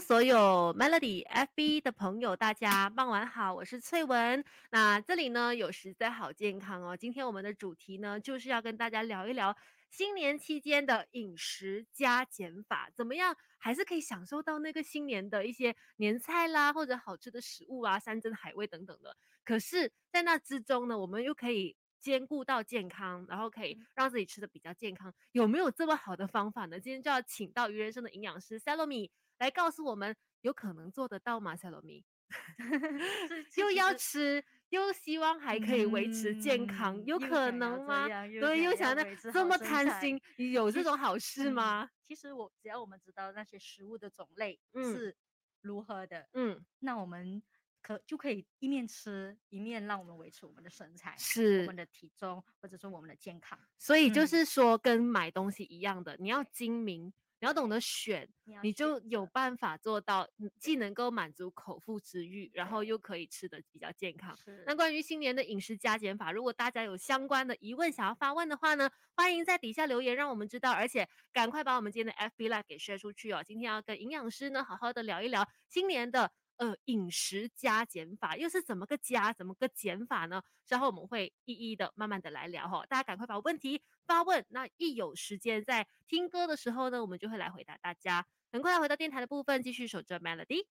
所有 Melody FB 的朋友，大家傍晚好，我是翠文。那这里呢有实在好健康哦。今天我们的主题呢，就是要跟大家聊一聊新年期间的饮食加减法，怎么样还是可以享受到那个新年的一些年菜啦，或者好吃的食物啊，山珍海味等等的。可是，在那之中呢，我们又可以兼顾到健康，然后可以让自己吃的比较健康。有没有这么好的方法呢？今天就要请到鱼人生的营养师 Salome 来告诉我们，有可能做得到吗？Salome 是又要其实吃，又希望还可以维持健康，有可又想要能吗？ 这样，又对，又想要想要维持好这么身材。 贪心，有这其实， 种好事吗？ 其实只要我们知道那些食物的种类嗯是如何的， 嗯， 那我们就可以一面吃一面让我们维持我们的身材、我是。 们的体重或者说我们的健康。 所以就嗯， 是说跟买东西一样的，你要对精明，你要懂对， 得选， 你要你就选择， 有办法做到，既对能够满足口腹之欲，然后对， 又可以吃得比较健康。那是。 关于新年的饮食加减法，如果大家有相关的疑问想要发问的话呢，欢迎在底下留言让我们知道，而且赶快把我们今天的 FB Live 给 share 出去哦。今天要跟营养师呢好好的聊一聊新年的饮食加减法，又是怎么个加，怎么个减法呢？稍后我们会一一的慢慢的来聊哈，大家赶快把问题发问，那一有时间在听歌的时候呢，我们就会来回答大家。很快回到电台的部分，继续守着 Melody。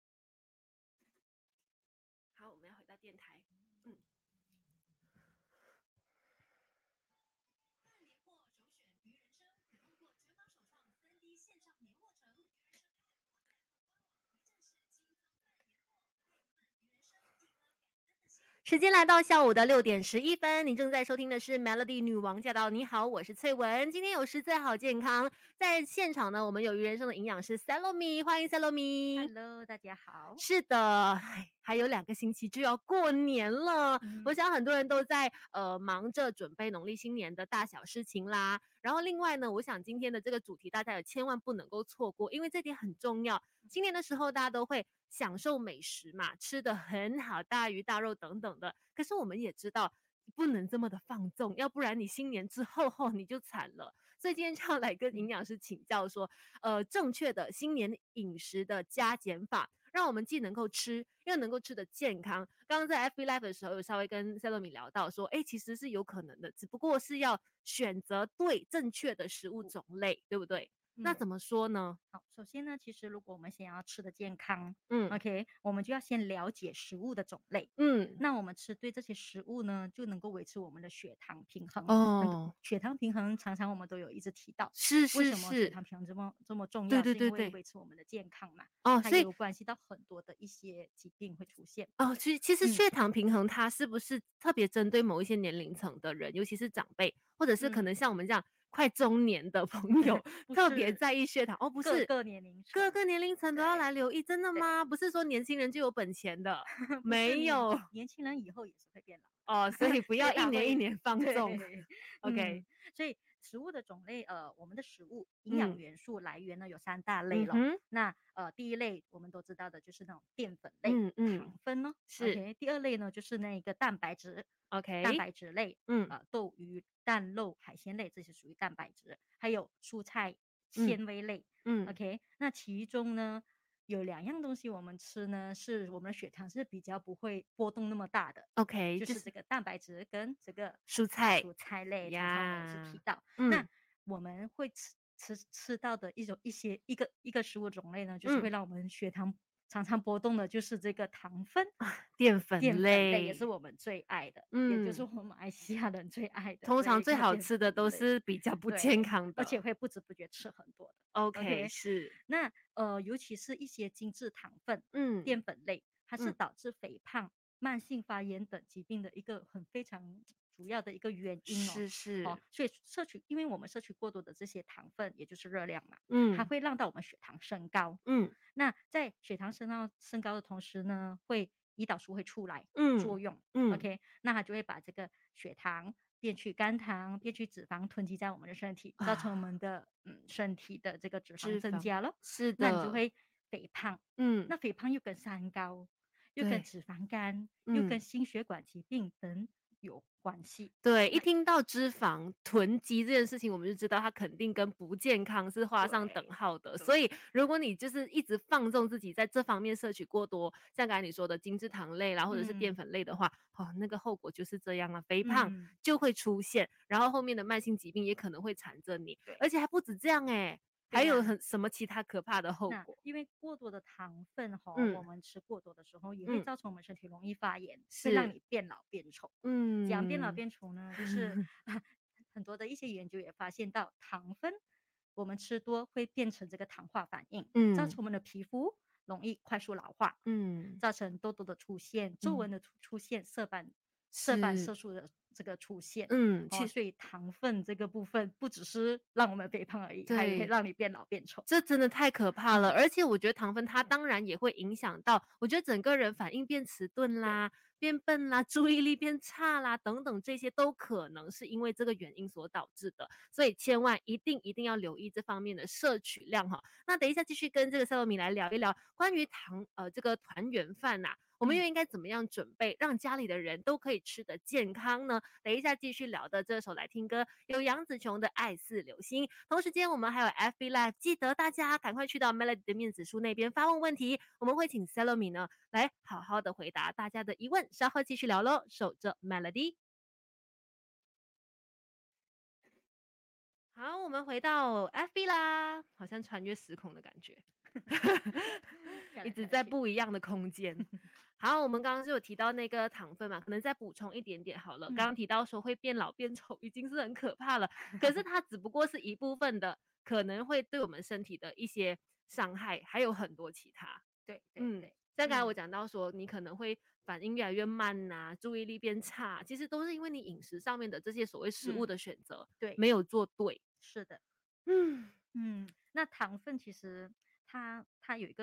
好，我们要回到电台。嗯。时间来到下午的6点11分，您正在收听的是 Melody 女王驾到！你好，我是翠文。今天有实在好健康，在现场呢，我们有鱼人生的营养师 Salome，欢迎 Salome。 Hello，大家好。 是的，还有2个星期就要过年了。我嗯想很多人都在忙着准备农历新年的大小事情啦。然后另外呢，我想今天的这个主题大家也千万不能够错过，因为这点很重要。新年的时候大家都会享受美食嘛，吃的很好，大鱼大肉等等的。可是我们也知道。不能这么的放纵，要不然你新年之后你就惨了。所以今天就要来跟营嗯养师请教说，正确的新年饮食的加减法，让我们既能够吃，又能够吃的健康。刚刚在 FB Live 的时候，有稍微跟 Salome 聊到说，哎，其实是有可能的，只不过是要选择对正确的食物种类，对不对？那嗯。 怎么说呢？ 好，首先呢，其实如果我们想要吃的健康嗯 ，OK，我们就要先了解食物的种类。 嗯， 那我们吃对这些食物呢，就能够维持我们的血糖平衡。 哦， 血糖平衡常常我们都有一直提到， 是为什么血是是， 糖平衡这么重对要？是因为对对对， 维持我们的健康嘛， 哦，所以它也有关系到很多的一些疾病会出现。 哦，其实嗯血糖平衡它是不是特别针对某一些年龄层的人，尤其是长辈，或者是可能嗯， 像我们这样快中年的朋友， 不特别是在意血糖？哦，不是， 各个年龄层， 各个年龄层都要来对留意，真的吗？ 对， 不是说年轻人就有本钱的， 不是没有年轻人以后也是会变老的。 哦，所以不所以要一它会年一年放纵。 对， OK， 所以食物的种类，我们的食物营养嗯元素来源呢有3大类咯。 嗯哼， 那第一类我们都知道的就是那种淀粉类、 嗯嗯， 糖分呢是 ，OK。第二类呢就是那个蛋白质，蛋 OK， 白质类， 嗯豆、鱼、蛋、肉、海鲜类，这些属于蛋白质，还有蔬菜、 嗯纤维类嗯 ，OK。那其中呢，有2样东西我们吃呢，是我们的血糖是比较不会波动那么大的， ，OK， 就是就是这个蛋白质跟这个蔬菜蔬菜类，常常我们也是提呀， 到。那嗯我们会吃到的一个食物种类呢，就是会嗯。 让我们血糖常常波动的，就是这个糖分。 淀粉淀粉类也是类， 我们最爱的，也就是嗯， 我们马来西亚人最爱的通常最这一个淀好吃的粉类。 都是比较不健对， 康的。 而且会不知不觉吃很多的。 OK， OK， 是， 那尤其是一些精制糖分、 嗯淀粉类，它是嗯， 导致肥胖、慢性发炎等疾病的一个非常主要的一个原因哦。 是是， 所以因为我们摄取过多的这些糖分，也就是热量嘛，它嗯会让到我们血糖升高。 嗯那在血糖升高的同时呢，胰岛素会出来嗯作用。 嗯， OK，那它就会把这个血糖变去肝糖、变去脂肪囤积在我们的身体，造成我啊， 们的身体的这个脂肪脂肪， 增加了。 是的， 那你就会肥胖， 嗯， 那肥胖又跟三高，又跟对， 脂肪肝，又跟嗯， 心血管疾病等有关系。 对，一那听到脂肪囤积这件事情，我们就知道它肯定跟不健康是画上等对号的。所对以，如果你就是一直放纵自己在这方面摄取过多，像刚才你说的精制糖类啦，或者是淀嗯粉类的话，哦，那个后果就是这样了，肥胖嗯， 就会出现，然后后面的慢性疾病也可能会缠着你， 对而且还不止这样诶，还有对呀、 什么其他可怕的后果？ 那因为过多的糖分哈，我嗯们吃过多的时候，也会嗯， 造成我们身体容易发炎，会让是， 你变老变丑。讲变老嗯变丑呢，就是很多的一些研究也发现到，糖分我们吃多会变成这个糖化反应，造成嗯我们的皮肤容易快速老化， 嗯造成痘痘的出现、皱嗯， 纹的出现、色斑是， 色素的这个出现。 嗯， 哦，所以糖分这个部分不只是让我们肥胖而已，还会对。 让你变老变丑。 这真的太可怕了， 嗯， 而且我觉得糖分它当然也会影响到，我觉得整个人反应变迟钝对， 啦、变笨啦、注意力变差啦等等，这些都可能是因为这个原因所导致的。所以千万一定要留意这方面的摄取量哈。那等一下继续跟这个赛洛米来聊一聊关于这个团圆饭呐、我们又嗯。 应该怎么样准备，让家里的人都可以吃得健康呢？等一下继续聊的这首来听歌，有杨紫琼的《爱似流星》。同时间，我们还有 FB Live，记得大家赶快去到 Melody 的面子书那边发问问题，我们会请 Salome 呢来好好的回答大家的疑问。稍后继续聊喽，守着 Melody。好，我们回到 FB 啦，好像穿越时空的感觉， 飘一直来飘去。 在不一样的空间。好，我们刚刚是有提到那个糖分嘛，可能再补充一点点好了。刚嗯， 刚提到说会变老变丑，已经是很可怕了，可是它只不过是一部分的，可能会对我们身体的一些伤害，还有很多其他。 对对嗯， 对， 像刚才我嗯讲到说，你可能会反应越来越慢呐、注意力变差，其实都是因为你饮食上面的这些所谓食物嗯， 的选择对， 没有做对。 是的， 嗯， 嗯，那糖分其实它有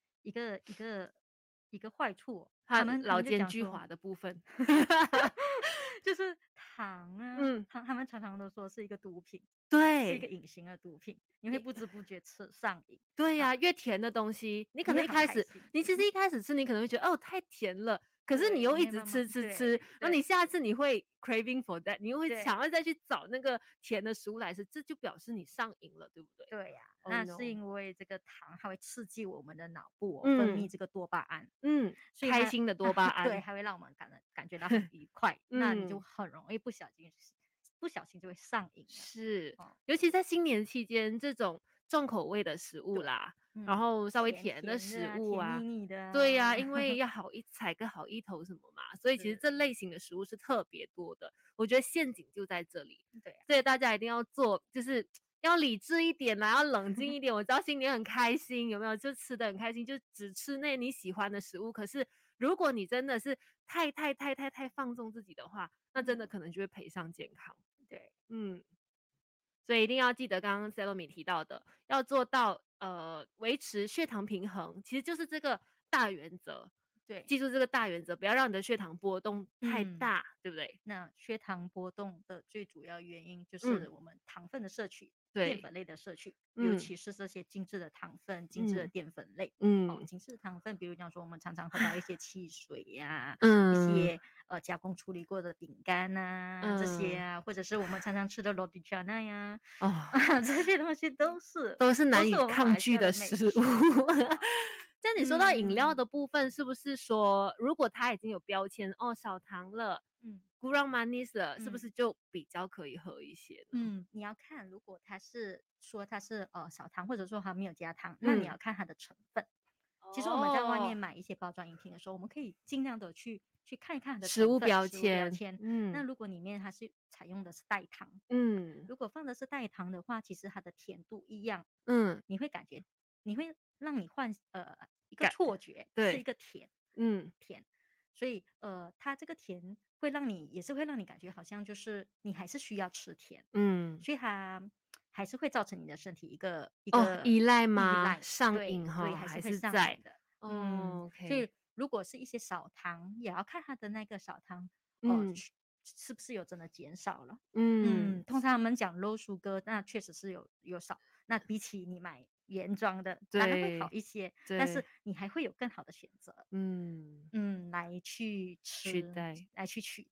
一个坏处哦它老他们就讲说， 奸巨猾的部分。 就是糖啊， 嗯， 他们常常都说是一个毒品，是一个对。 隐形的毒品，你会不知不觉吃上瘾啊， 对呀，越甜的东西，你可你会能一开始很开心， 你其实一开始吃，你可能会觉得，哦，太甜了，可是你对， 又一你会慢慢直吃吃吃，然后你对对下次你会 craving for that，你又会对。 想要再去找那个甜的食物来吃，这就表示你上瘾了，对不对对呀， ？Oh 那是 no。 因为这个糖它会刺激我们的脑部哦，分泌嗯这个多巴胺， 嗯， 所以它开心的多巴对， 胺。 它会让我们感觉到很愉快，那你就嗯。 很容易不小心就会上瘾了。 是， 哦， 尤其在新年期间，这种重口味的食物对， 啦，然嗯， 后稍微甜甜的甜的啊， 食物啊， 甜腻腻的对呀， 啊， 因为要采个好意头什么嘛，所以其实是， 这类型的食物是特别多的。我觉得陷阱就在这里， 对呀， 所以大家一定要做，就是要理智一点啦，要冷静一点。我知道新年很开心，有没有？就吃的很开心，就只吃那你喜欢的食物。可是如果你真的是太放纵自己的话，那真的嗯， 可能就会赔上健康。 对嗯。所以一定要记得刚刚 Salome 提到的，要做到维持血糖平衡，其实就是这个大原则。 对， 记住这个大原则，不要让你的血糖波动太嗯。 大，对不对？ 那血糖波动的最主要原因就嗯， 是我们糖分的摄取、淀对， 粉类的摄取，尤嗯其是这些精致的糖分、精致的嗯淀粉类。哦， 嗯精致的糖分，比如讲说我们常常喝到一些汽水呀、一嗯些加工处理过的饼干呐、这些嗯， 啊，或者是我们常常吃的 roti canai 呀， 哦， 啊，这些东西都是都是都难以是我们马抗拒来西亚的美的食物。 食啊。 像你说到饮料嗯的部分，是不是说如果它已经有标签哦，少糖了嗯 ，kurang manis 了，是不嗯。 是就比较可以喝一些呢？ 你要看，如果他是说他是少糖，或者说他没有加糖，那你嗯， 要看它的成分。其实我们在外面哦。 买一些包装饮品的时候，我们可以尽量的去看一看它的成分、 食物标食物标签， 签。那嗯如果里面它是采用的是代糖， 嗯如果放的是代糖的话，其实它的甜度一样， 嗯， 你会感觉，你会让你一个感错觉，是一对， 个甜嗯甜，所以它这个甜也是会让你感觉好像就是你还是需要吃甜， 嗯， 所以它还是会造成你的身体一个一哦， 个依赖吗？ 依赖， 上对对， 瘾哈，还还是会是在？ 上瘾的， 哦所 ，OK， 以如果是一些少糖，也要看它的那个少糖， 嗯是不是有真的减少了。 嗯， 通常他们讲 low sugar，那确实是有少。那比起你买原装的，当然会好对一些，但是对， 你还会有更好的选择， 嗯， 来去吃， 取代。 来去取代。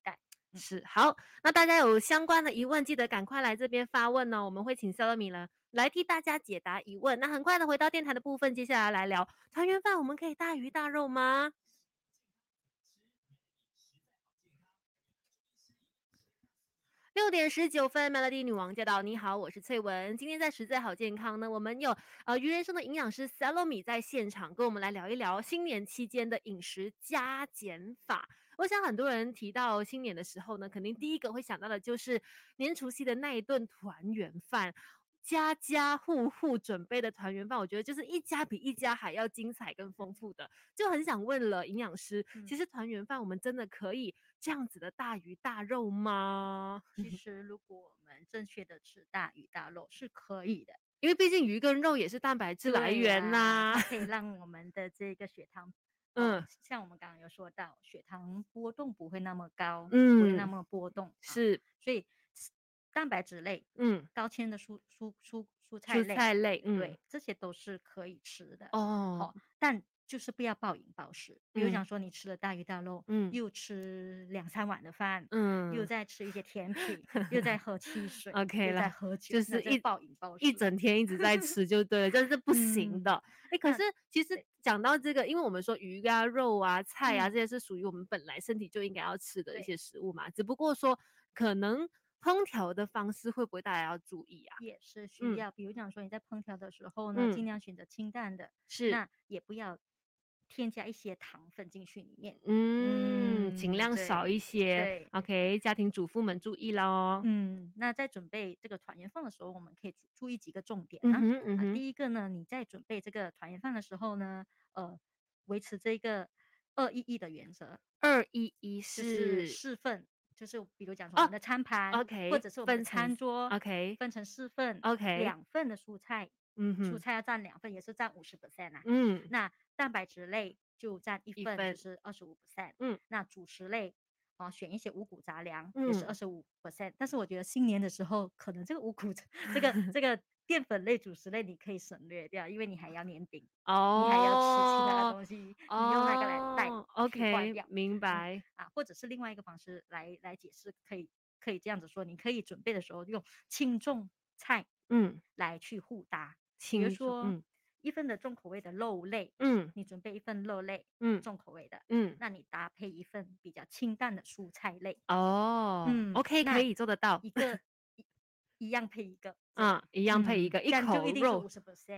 嗯， 是，好，那大家有相关的疑问，记得赶快来这边发问哦，我们会请 Salome 来替大家解答疑问。那很快的回到电台的部分，接下来聊团圆饭，我们可以大鱼大肉吗？6点19分，Melody 女王驾到！你好，我是翠文。今天在实在好健康呢，我们有鱼人生的营养师 Salome 在现场，跟我们来聊一聊新年期间的饮食加减法。我想很多人提到新年的时候呢，肯定第一个会想到的就是年除夕的那一顿团圆饭。家家户户准备的团圆饭，我觉得就是一家比一家还要精彩跟丰富的，就很想问了营养师， 嗯。 其实团圆饭我们真的可以这样子的大鱼大肉吗？ 其实如果我们正确的吃大鱼大肉是可以的。 因为毕竟鱼跟肉也是蛋白质来对源呀， 呐。 它可以让我们的这个血糖， 嗯像我们刚刚有说到，血糖波动不会那么高，不会那嗯， 么波动啊。 是， 所以蛋白质类、 嗯， 高纤的蔬菜蔬类， 菜类，嗯， 对，这些都是可以吃的。 哦， 好，但就是不要暴饮暴食。比如嗯讲说，你吃了大鱼大肉， 嗯又吃2、3碗的饭，又嗯在吃一些甜品，又在喝汽水， ，OK 又在啦， 喝酒， 就是一那这暴饮暴一食。 整天一直在吃就对了，这是不行嗯， 的。哎，可那是其实对讲到这个，因为我们说鱼啊、肉啊、菜啊， 嗯， 这些是属于我们本来身体就应该要吃的一对， 些食物嘛，只不过说可能烹调的方式会不会大家要注意啊？ 也是需嗯要。比如讲说你在烹调的时候呢，尽嗯， 量选择清淡的， 是。 那也不要添加一些糖分进去里面。 嗯，尽量少一对些。 对。 OK，家庭主妇们注意喽。 那在准备这个团圆饭的时候，我们可以注意几个重点啊。 嗯哼，嗯哼， 第一个呢，你在准备这个团圆饭的时候呢，维持这个2-1-1的原则。 211 就是是 4份，就是比如讲说我哦们的餐盘或 ，OK， 者是我们的分成餐桌 OK， 分成4份， OK， 2份的蔬菜， 嗯哼， 蔬菜要占2份，也是占50%啊。 嗯， 那蛋白质类就占1份，就 1分， 是25%。 嗯那主食类，选一些五谷杂粮，也是嗯， 25%。但是我觉得新年的时候，可能这个五谷这个淀粉类、主食类你可以省略掉，因为你还要年饼，你还要吃其他的哦， 东西，你用那个来哦替换 ，OK， 掉。 明白， 或者是另外一个方式来解释，可以这样子说，你可以准备的时候用轻重菜嗯， 来去互搭。比如轻重， 说1份的重口味的肉类， 嗯你准备1份肉类嗯重口味的， 嗯， 那你搭配1份比较清淡的蔬菜类。 哦，OK，可那以做得到。 一个一样配一个这样。 嗯，一样配一个，一这样就一定是口肉。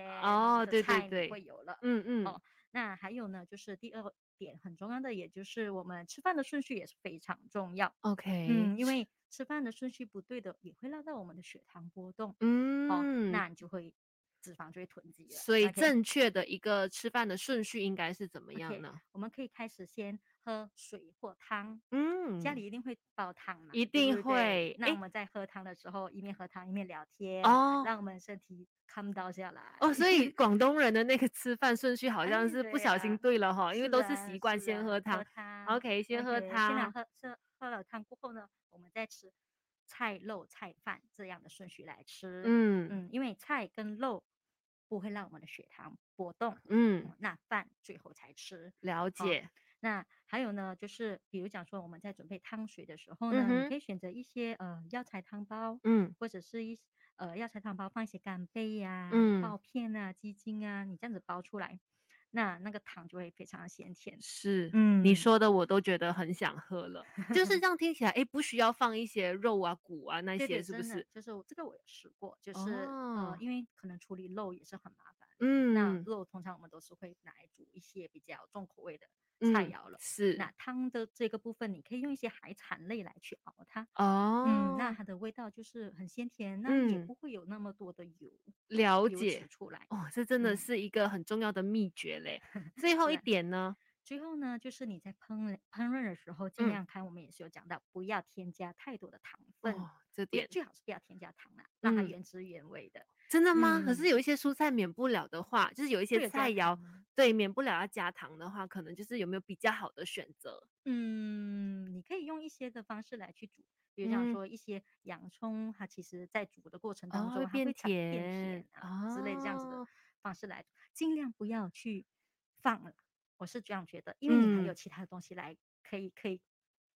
50% 哦，对对的菜你对， 会有了。 嗯嗯， 哦，那还有呢，就是第二点很重要的，也就是我们吃饭的顺序也是非常重要。 OK， 因为吃饭的顺序不对的，也会让到我们的血糖波动。 嗯， 那你就会脂肪就会囤积了。 所以 OK 正确的一个吃饭的顺序应该是怎么样 OK， 呢？ 我们可以开始先喝水或汤。家嗯， 里一定会煲汤嘛，对一定不对？ 会。 那我们在喝汤的时候，一面喝汤一面聊天， 哦， 让我们身体 calm down 下来。 哦，所以广东人的那个吃饭顺序好像哎， 是不小心对呀， 对了哈，因为都是是啊， 习惯是啊， 先喝汤。 喝汤 OK，先喝 ，OK，先来汤。 喝了汤过后呢，我们再吃菜肉菜饭这样的顺序来吃。 嗯因为菜跟肉不会让我们的血糖波动。 嗯， 那饭最后才吃。好， 了解。 那还有呢，就是比如讲说我们在准备汤水的时候呢，你嗯哼， 可以选择一些药材汤包， 嗯或者是药材汤包放一些干贝呀、 嗯。 薄片啊、鸡精啊，你这样子包出来，那个汤就会非常的鲜甜。 是，你嗯， 说的我都觉得很想喝了。就是这样听起来，诶，不需要放一些肉啊、骨啊那些， 对对，真的是不是？ 就是这个我有试过，就是哦， 因为可能处理肉也是很麻烦。那嗯， 肉通常我们都是会拿来煮一些比较重口味的菜嗯， 肴了。 是， 那汤的这个部分，你可以用一些海产类来去熬它。那哦， 它的味道就是很鲜甜，那也嗯， 不会有那么多的油脂了解。 出来。 哦，这真的嗯， 是一个很重要的秘诀嘞。最后一是啊。 点呢？ 最后呢，就是你在烹饪的时候，尽嗯， 量看我们也是有讲到，不要添加太多的糖分。 哦，这点， 最好是不要添加糖啦，让它嗯。 原汁原味的。 真的吗？可是嗯， 有一些蔬菜免不了的话，就是有一些会有加菜肴， 糖。 对，免不了要加糖的话，可能就是有没有比较好的选择？ 你可以用一些的方式来去煮，比如讲嗯， 说一些洋葱，它其实在煮的过程当哦，会中，它变会变甜， 甜啊之类的这样子的哦， 方式来煮，尽量不要去放了。我是这样觉得，因为你还有嗯， 其他的东西来可以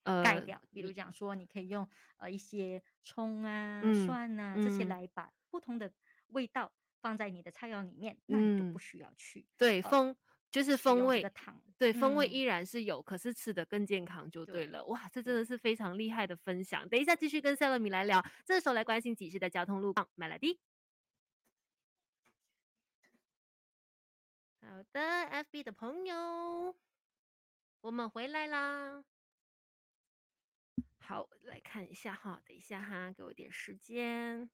盖呃， 掉。比如讲说，你可以用一些葱啊、 嗯蒜啊这些嗯来把不同的味道放在你的菜肴里面，那你就不嗯， 需要去对， 呃就是使用这个风味， 糖。 对，风味依嗯， 然是有，可是吃的更健康就对对了。哇，这真的对。 是非常厉害的分享。等一下继续跟塞勒米来聊，这时候来关心即时的交通路况，买了的。好的，FB 的朋友，我们回来啦。好，来看一下哈，等一下哈，给我点时间，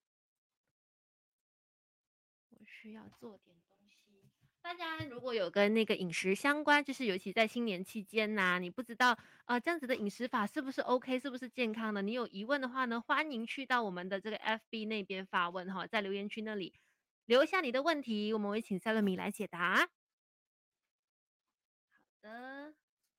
我需要做点东西。大家如果有跟那个饮食相关，就是尤其在新年期间呐、你不知道这样子的饮食法是不是 OK，是不是健康的？你有疑问的话呢，欢迎去到我们的这个 FB 那边发问哈，在留言区那里留下你的问题，我们会请 Salome 来解答。的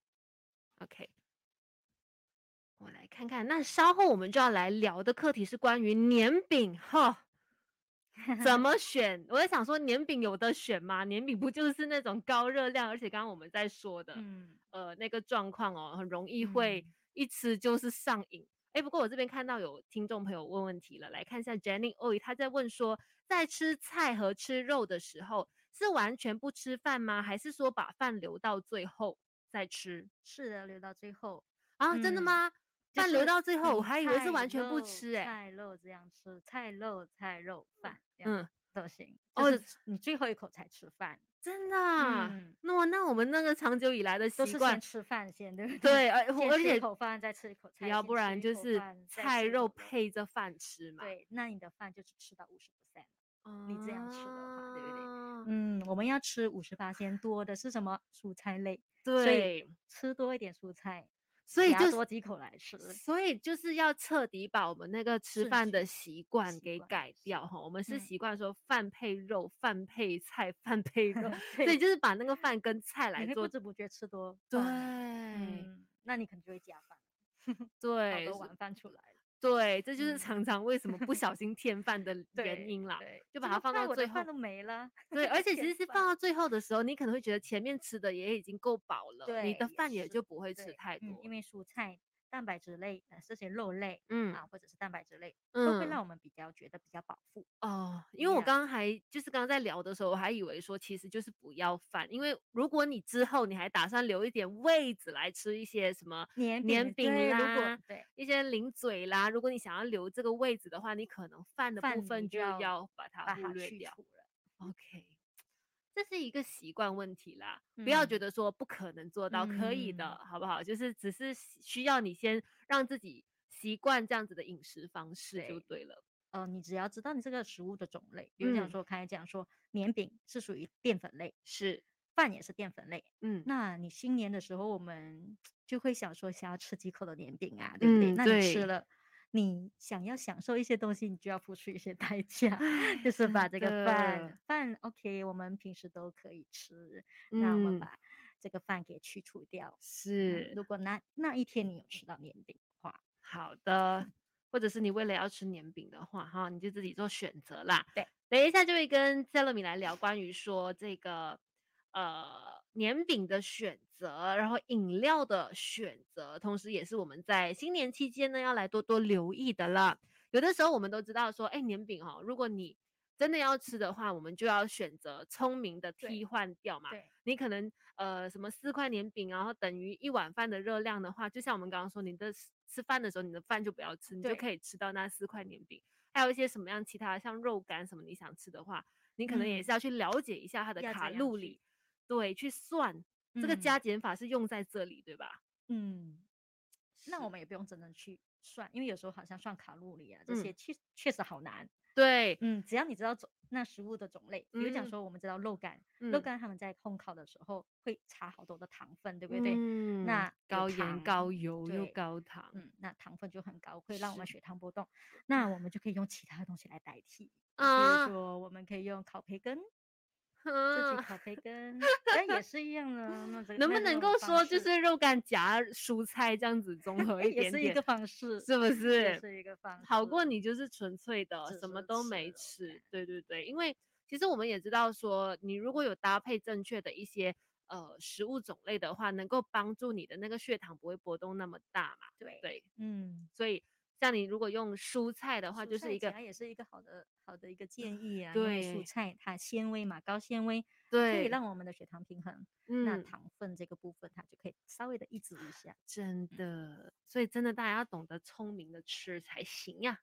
，OK。我来看看，那稍后我们就要来聊的课题是关于年饼哈，怎么选？我在想说，年饼有的选吗？年饼不就是那种高热量，而且刚刚我们在说的， 嗯那个状况哦，很容易会嗯， 一吃就是上瘾。哎，不过我这边看到有听众朋友问问题了，来看一下 Jenny O，他在问说，在吃菜和吃肉的时候，是完全不吃饭吗？还是说把饭留到最后再吃？ 是的，留到最后。 啊，真的嗯， 吗？饭留就是到最后，我你还以为是菜完全不肉吃欸。 菜肉这样吃，菜肉菜肉饭这样嗯， 都行，就哦， 是你最后一口才吃饭。 真的啊？ 嗯， 那我们那个长久以来的习惯， 都是先吃饭先，对不对？ 对， 先吃一而且口饭，再吃一口菜， 要不先吃一然就是口饭，再菜肉吃一口肉。 配着饭吃嘛。 对，那你的饭就只吃到50%了。你这样吃的话，对不对？ 啊， 我们要吃50%多的是什么？蔬菜类，所以对， 吃多一点蔬菜， 所以就是夹多几口来吃， 要彻底把我们那个吃饭的顺序习惯给习惯是， 改掉哈。我们是嗯， 习惯说饭配肉、饭配菜、饭配肉，所以对， 就是把那个饭跟菜来你会不做。 知不觉吃多饭了， 对， 那你可能就会加饭，好对， 多碗饭出来了， 对，这就是常嗯， 常为什么不小心添饭的原对因啦， 对， 就把它放这么快到最后。 我的饭都没了， 对，而且其添饭， 实是放到最后的时候，你可能会觉得前面吃的也已经够饱了，你对， 的饭也就也是， 不会吃对， 太多。 因为蔬菜、蛋白质类，这些肉类嗯啊，或者是蛋白质类，都会嗯。 让我们觉得比较饱腹。 哦，因为我呀， 刚刚就是刚刚在聊的时候，我还以为说其实就是不要饭，因为如果你之后你还打算留一点位子来吃一些什么年饼， 年饼对，如果啦、 对一些零嘴啦，如果你想要留这个位子的话，你可能饭的部饭你分就就要要把它把它忽略掉。 去除了。 OK，这是一个习惯问题啦，不要觉嗯得说不可能做到，可以的， 嗯， 好不好？就是只是需要你先让自己习惯这样子的饮食方式就对。 对了。 你只要知道你这个食物的种类，比如讲嗯， 说，刚才讲说年饼是属于淀粉类， 是， 饭也是淀粉类。 嗯那你新年的时候，我们就会想说，想要吃几口的年饼啊，对不对？ 嗯， 那你吃对。 了，你想要享受一些东西，你就要付出一些代价，就唉，真是把这个的， 饭 OK，我们平时都可以吃，那我们嗯， 把这个饭给去除掉。那是， 如果那一天你有吃到年饼的话， 好的。或者是你为了要吃年饼的话，哈，你就自己做选择啦。 对等一下就会跟 s e l 米来聊关于说这个，年饼的选择，然后饮料的选择，同时也是我们在新年期间呢，要来多多留意的啦。有的时候我们都知道说，哎，年饼哦，如果你真的要吃的话，我们就要选择聪明的对替换掉嘛。 对， 你可能什么4块年饼，然后等于一碗饭的热量的话，就像我们刚刚说，你的吃饭的时候，你的饭就不要吃，你就对， 可以吃到那4块年饼。还有一些什么样其他的像肉干什么你想吃的话，你可能也是嗯， 要去了解一下它的要卡这样去， 路里，对，去算这个加嗯减法是用在这里，对吧？ 嗯。那我是， 们也不用真的去算，因为有时候好像算卡路里啊，这些嗯， 确实好难。 对， 只要你知道那食物的种类，比如讲嗯说我们知道肉干，肉嗯干他们在烘烤的时候会插好多的糖分，对不对？ 嗯， 那有高盐、高糖， 油又对， 高糖， 那糖分就很高，会让我们是血糖波动。那我们就可以用其他的东西来代替，比如啊， 说我们可以用烤培根，自己啊。 烤培根，但也是一样的， 能不能那这种够说就方式， 是肉干夹蔬菜这样子综合一点点， 也是一个方式， 是不是？ 也是一个方好过式。 你就是纯粹的只是什么都没吃肉干。 吃，对对对。因为其实我们也知道说，你如果有搭配正确的一些食物种类的话，能够帮助你的那个血糖不会波动那么大嘛。 对， 对， 嗯。 所以像你如果用蔬菜的话， 蔬就是一个菜其实也是一个好的一个建议啊，因为蔬对菜它纤维嘛，高纤维可以对， 让我们的血糖平衡，那嗯。 糖分这个部分它就可以稍微的抑制一下。 真嗯， 的，所以真的大家要懂得聪明的吃才行呀。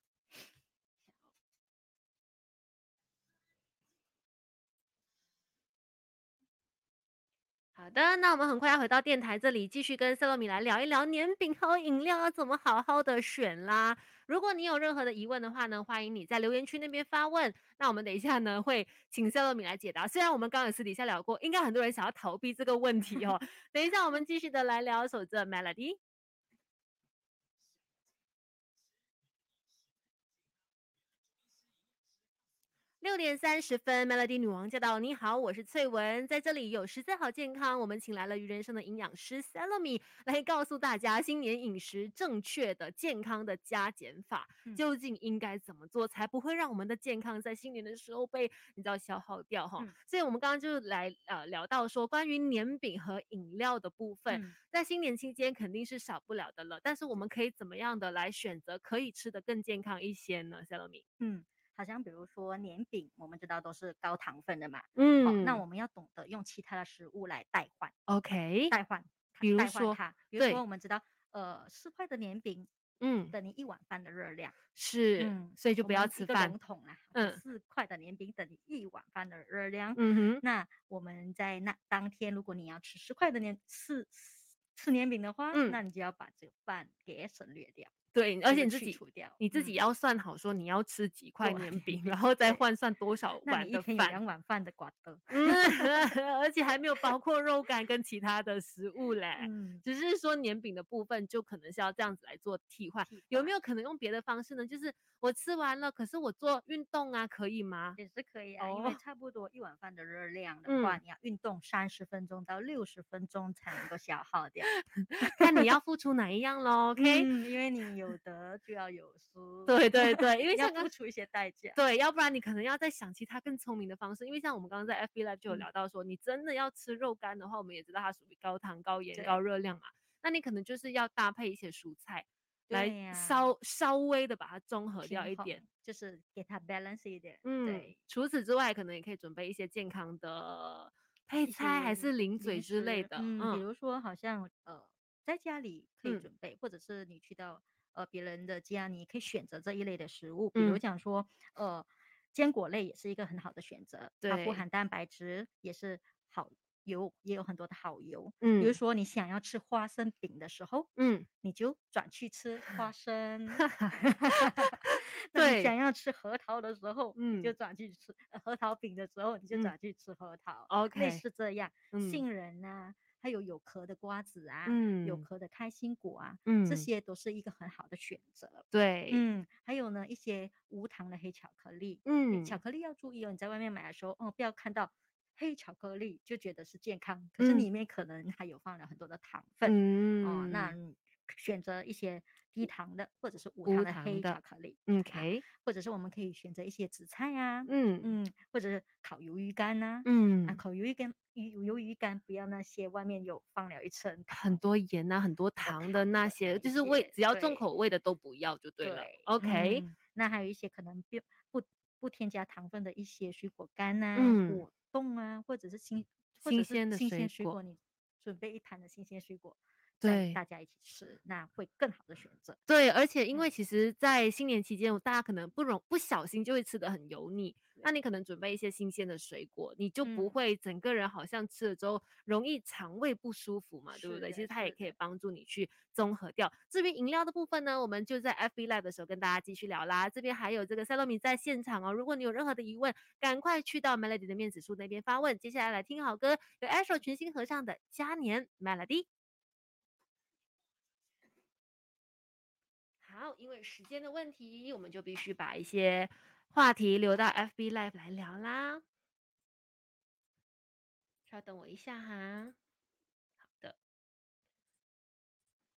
好的，那我们很快要回到电台这里，继续跟色洛米来聊一聊年饼和饮料要怎么好好的选啦。如果你有任何的疑问的话呢，欢迎你在留言区那边发问。那我们等一下呢会请色洛米来解答。虽然我们刚刚有私底下聊过，应该很多人想要逃避这个问题哦。等一下我们继续的来聊守着 Melody。6点30分，Melody 女王驾到！你好，我是翠文，在这里有食材好健康，我们请来了鱼人生的营养师 Salome 来告诉大家新年饮食正确的健康的加减法， 嗯究竟应该怎么做才不会让我们的健康在新年的时候被你知道消耗掉哈？ 嗯所以我们刚刚就来聊到说关于年饼和饮料的部分， 嗯在新年期间肯定是少不了的了，但是我们可以怎么样的来选择可以吃的更健康一些呢？Salome？ 嗯，好像比如说年饼，我们知道都是高糖分的嘛，好，那嗯我们要懂得用其他的食物来代换， ，OK， 代换比如说， 代换它。比如说对， 我们知道，4块的年饼嗯， 等于1碗饭的热量。 是，所以就不要我们一个吃饭， 笼统啦，就嗯， 4块的年饼等于1碗饭的热量。 嗯哼， 那我们在那当天，如果你要吃10块的吃年饼的话， 嗯。 那你就要把这个饭给省略掉， 对，而就是且你自己去除掉。 你自己要算好说你要吃几块对年饼，然后再对， 换算多少那你一天有碗的饭。 2碗饭的瓜的。 嗯，而且还没有包括肉干跟其他的食物嘞， 嗯， 只是说年饼的部分就可能是要这样子来做替换， 替换有没有可能用别的方式呢？就是我吃完了，可是我做运动啊，可以吗？ 也是可以啊，因为哦， 差不多1碗饭的热量的话， 嗯。 你要运动30分钟到60分钟才能够消耗掉。 看你要付出哪一样咯 OK？ 嗯，因为你有得就要有失， 对对对，因为你要像刚付出一些代价。 对，要不然你可能要再想其他更聪明的方式。因为像我们刚刚在 FB Live 就有嗯， 聊到说，你真的要吃肉干的话，我们也知道它属于高糖、高盐、高对热量嘛，那你可能就是要搭配一些蔬菜，来对呀， 稍微的把它中和掉平衡一点。 就是给它 balance 一点， 嗯， 对， 除此之外，可能也可以准备一些健康的配一菜，还是些零嘴零食， 之类的。 比嗯如说好像在家里可以嗯准备，或者是你去到别人的家，你可以选择这一类的食物，比如嗯， 讲说坚果类也是一个很好的选择，它富对， 含蛋白质，也是好油，也有很多的好油。比如嗯说你想要吃花生饼的时候， 嗯， 你就转去吃花生。那你想对， 要吃核桃的时候，你就嗯转去吃核桃饼的时候，你就嗯转去吃核桃，类 ，OK， 似这样。 嗯杏仁啊，还有有壳的瓜子啊，有嗯壳的开心果啊，这嗯， 些都是一个很好的选择。 对。 还有呢，一些无糖的黑巧克力，巧嗯， 克力要注意哦，你在外面买的时候，不要看到黑巧克力就觉得是健康，可是嗯， 里面可能还有放了很多的糖分哦。那嗯， 你选择一些低糖的或者是无糖无的黑巧糖的克力啊， ，OK， 或者是我们可以选择一些紫菜呀、 嗯， 或者是烤鱿鱼干呐、 嗯， 烤鱿鱼干不要那些外面有放了一层很糖多盐啊，很多的糖的糖的那那些，就是一些， 只要重对。 口味的都不要就对了对， ，OK， 那还有一些可能不不添加糖分的一些水果干呐、 嗯， 果冻啊，或者是新鲜的新鲜水果， 水果，你准备一盘的新鲜水果，在对。 大家一起吃，那会更好的选择。 对，而且因为嗯， 其实在新年期间，大家可能不小心就会吃得很油腻，那对， 你可能准备一些新鲜的水果，你就不嗯， 会整个人好像吃了之后容易肠胃不舒服嘛，对不对？其是的， 实它也可以是的。 帮助你去综合掉。至于饮料的部分呢，我们就在 FB Live 的时候跟大家继续聊啦。这边还有这个赛洛米在现场哦，如果你有任何的疑问，赶快去到 Melody 的面子书那边发问。接下来来听好歌，有 Astro 群星合唱的《嘉年 Melody》。好，因为时间的问题，我们就必须把一些话题留到 FB Live 来聊啦。稍等我一下哈。好的，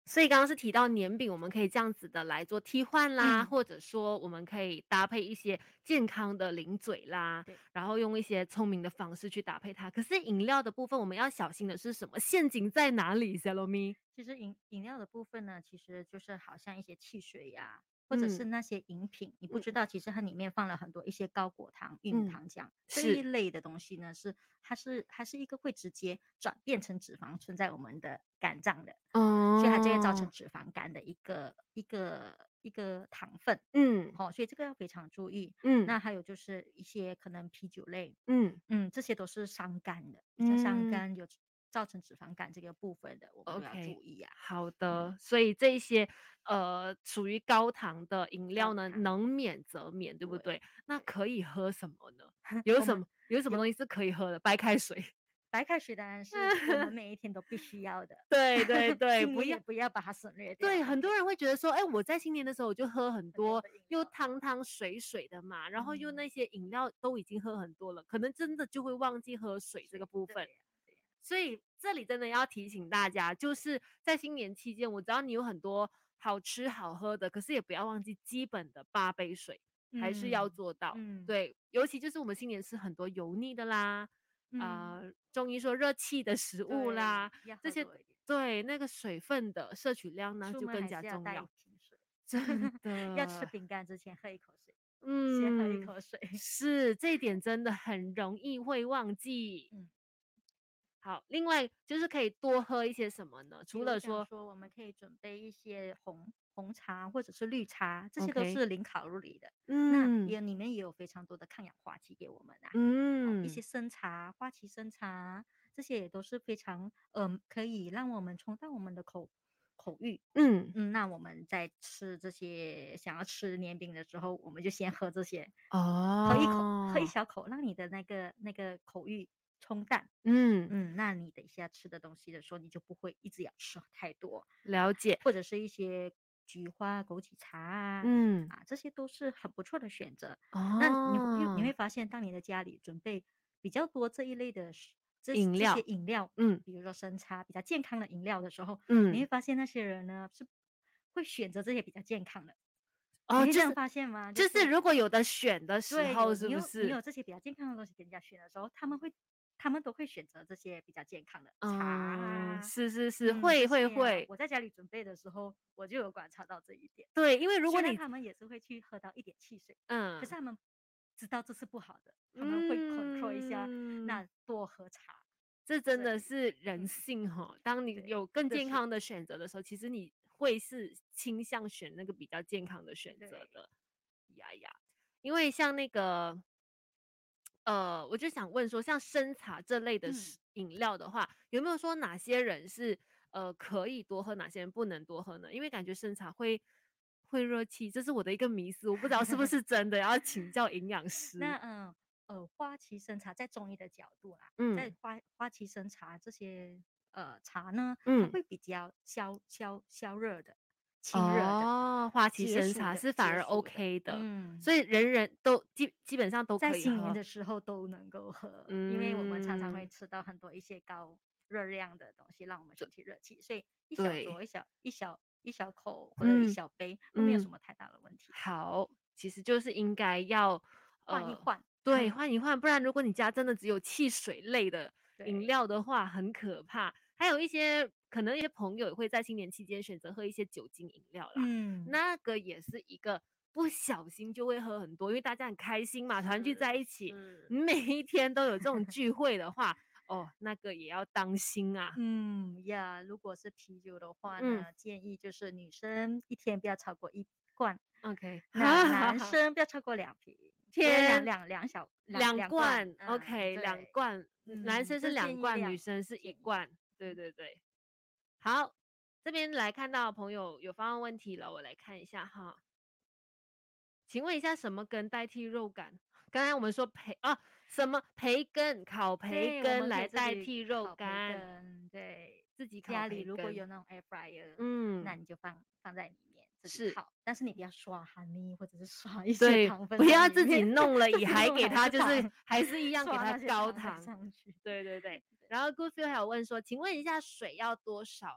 所以刚刚是提到年饼，我们可以这样子的来做替换啦， 嗯， 或者说我们可以搭配一些健康的零嘴啦， 对。 然后用一些聪明的方式去搭配它。可是饮料的部分，我们要小心的是什么？陷阱在哪里 s a l o m i 其实饮料的部分呢，其实就是好像一些汽水呀，或者是嗯那些饮品，你不嗯知道，其实它里面放了很多一些高果糖、玉米嗯， 糖浆这一是类的东西呢，它是一个会直接转变成脂肪存在我们的肝脏的，所以它就会造成哦， 脂肪肝的一个糖分。 嗯好、所以这个要非常注意。 嗯那还有就是一些可能啤酒类， 嗯这些都是伤肝的，比较伤嗯。 肝，有造成脂肪肝这个部分的，我们都要 OK， 注意呀、 好嗯， 的。所以这一些属于高糖的饮料呢， 高糖， 能免则免，对不对对？那对， 可以喝什么呢？ 我们有什么东有西是可以喝的？白开水。 白开水，当然是我们每一天都必须要的， 对对对， 新年也不要把它省略掉。 对，很多人会觉得说，哎，我在新年的时候我就喝很很多多，又的饮料， 汤汤水水的嘛，然后又嗯， 那些饮料都已经喝很多了，可能真的就会忘记喝水这个部分。 对呀，对呀， 所以这里真的要提醒大家，就是在新年期间，我知道你有很多好吃好喝的，可是也不要忘记基本的8杯水，还是要嗯做到。 嗯对，尤其就是我们新年吃很多油腻的啦， 嗯， 中医说热气的食物啦， 对，要这些喝多一点， 对那个水分的摄取量呢出门还就更加是要带一重要。 瓶水， 真要吃的， 饼干之前喝一口水，先喝一嗯， 口水， 是这一点真的很容易会忘记。 嗯。 好，另外就是可以多喝一些什么呢？ 比如除了说讲说，我们可以准备一些红茶或者是绿茶，这些都 ，OK， 是零卡路里的。那嗯里面也有非常多的抗氧化剂给我们啊。哦，一些嗯， 生茶、花旗生茶，这些也都是非常可以让我们冲淡我们的口欲。 嗯， 那我们在吃这些想要吃年饼的时候，我们就先喝这些，喝一口，喝一哦， 小口，让你的那个口欲冲淡。 嗯， 那你等一下吃的东西的时候，你就不会一直要吃太多， 了解， 或者是一些菊花、枸杞茶啊， 嗯， 这些都是很不错的选择。那你会哦， 发现，当你的家里准备比较多这一类的这些饮料， 饮料， 嗯比如说生茶比较健康的饮料的时候，你会嗯， 发现那些人呢是会选择这些比较健康的。你哦， 会这样发现吗？ 就是如果有的选的时对， 候， 你是不是？ 有这些比较健康的东西给人家选的时候，他们都会选择这些比较健康的茶嗯， 啊， 是是是，会这些啊。 会会， 我在家里准备的时候，我就有观察到这一点。 对，因为如果你虽然他们也是会去喝到一点汽水，可是嗯他们知道这是不好的，他们会 control 一下， 嗯。 那多喝茶。 这真的对， 是人嗯， 性哈，当你对， 有更这是健康的选择的时候，其实你会是倾向选那个比较健康的选择对， 的。呀呀，因为像那个，我就想问说，像生茶这类的嗯。 饮料的话，有没有说哪些人是可以多喝，哪些人不能多喝呢？因为感觉生茶会热气，这是我的一个迷思，我不知道是不是真的，要请教营养师。 那花旗参茶在中医的角度啦，在嗯花旗参茶这些茶呢，它嗯。 会比较消热的、清热的、 哦，花旗参茶解暑的、 是反而解暑的。 OK 的，所以人人都基本上都在可以喝。 新年的时候都能够喝，因为我们常常会嗯， 吃到很多一些高热量的东西，让我们身体热气，所以一小对， 酌、一小口或者一嗯小杯都没有什嗯， 么太大的问题。 好，其实就是应该要，呃， 换一换， 对，换一换，不然如果你家真的只有汽水类的饮对， 料的话，很可怕。还有一些可能一些朋友也会在新年期间选择喝一些酒精饮料啦， 嗯， 那个也是一个不小心就会喝很多，因为大家很开心嘛，团聚在是一起， 是。 你每一天都有这种聚会的话，哦，那个也要当心啊。 如果是啤酒的话嗯呢，建议就是女生一天不要超过1罐， ，OK， 那哈哈男哈， 生不要超过2瓶，两天。 两两小两两两罐， 罐，OK，两对， 罐，男生是这两罐，女建议量， 生是一建议， 罐。对对对，好，这边来看到朋友有发问问题了，我来看一下哈。请问一下，什么根代替肉干？刚才我们说什么培根，烤培对，我根们可以来代自己替肉烤培干， 根，对， 自己烤家里培根。 如果有那种 air fryer，那嗯， 你就放在里面自己是。 烤，但是你不要刷 honey 或者是刷一些对， 糖分不在里面， 要自己弄了也还给弄还他，就是是糖， 还是一样给刷他那些糖分高糖。 上去。 对对对。然后 Good Feel 还有问说，请问一下水要多少？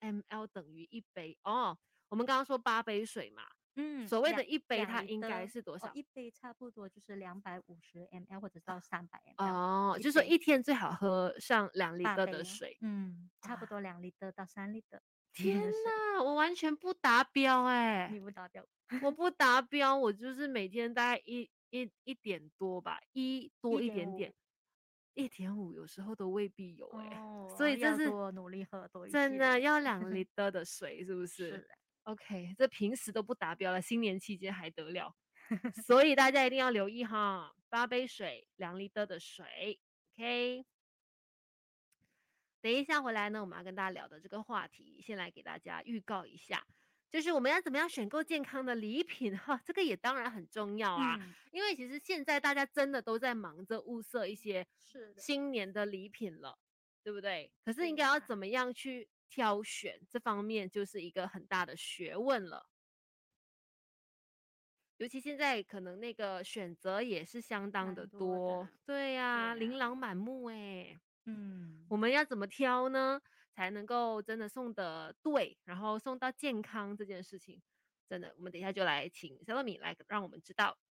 ml 等于一杯？哦，我们刚刚说8杯水嘛， 嗯， 所谓的两一杯两它应该厘的是多少？ 一杯差不多就是250 ml 或者到300 ml 哦， 一杯， 就说一天最好喝上2litre 的 8杯哦， 水。 差不多2厘到3厘天的水， 呐，我完全不达标哎， 你不达标， 我不达标，我就是每天大概1点多吧，多一点 1.5 点1.5有时候都未必有哎， 哦， 所以这要是多努力喝多一真的些， 要2litre 的水是不是是啊， ？OK，这平时都不达标了，新年期间还得了？所以大家一定要留意哈，8杯水2litre 的水，OK。等一下回来呢，我们要跟大家聊的这个话题，先来给大家预告一下，就是我们要怎么样选购健康的礼品哈，这个也当然很重要啊， 嗯， 因为其实现在大家真的都在忙着物色一些是的， 新年的礼品了，对不对？可是应该要对呀， 怎么样去挑选，这方面就是一个很大的学问了。尤其现在可能那个选择也是相当的蛮多多， 的， 对呀， 对呀， 琳琅满目哎。 嗯。 我们要怎么挑呢？才能够真的送的对，然后送到健康这件事情，真的，我们等一下就来请 s e l m i 来让我们知道。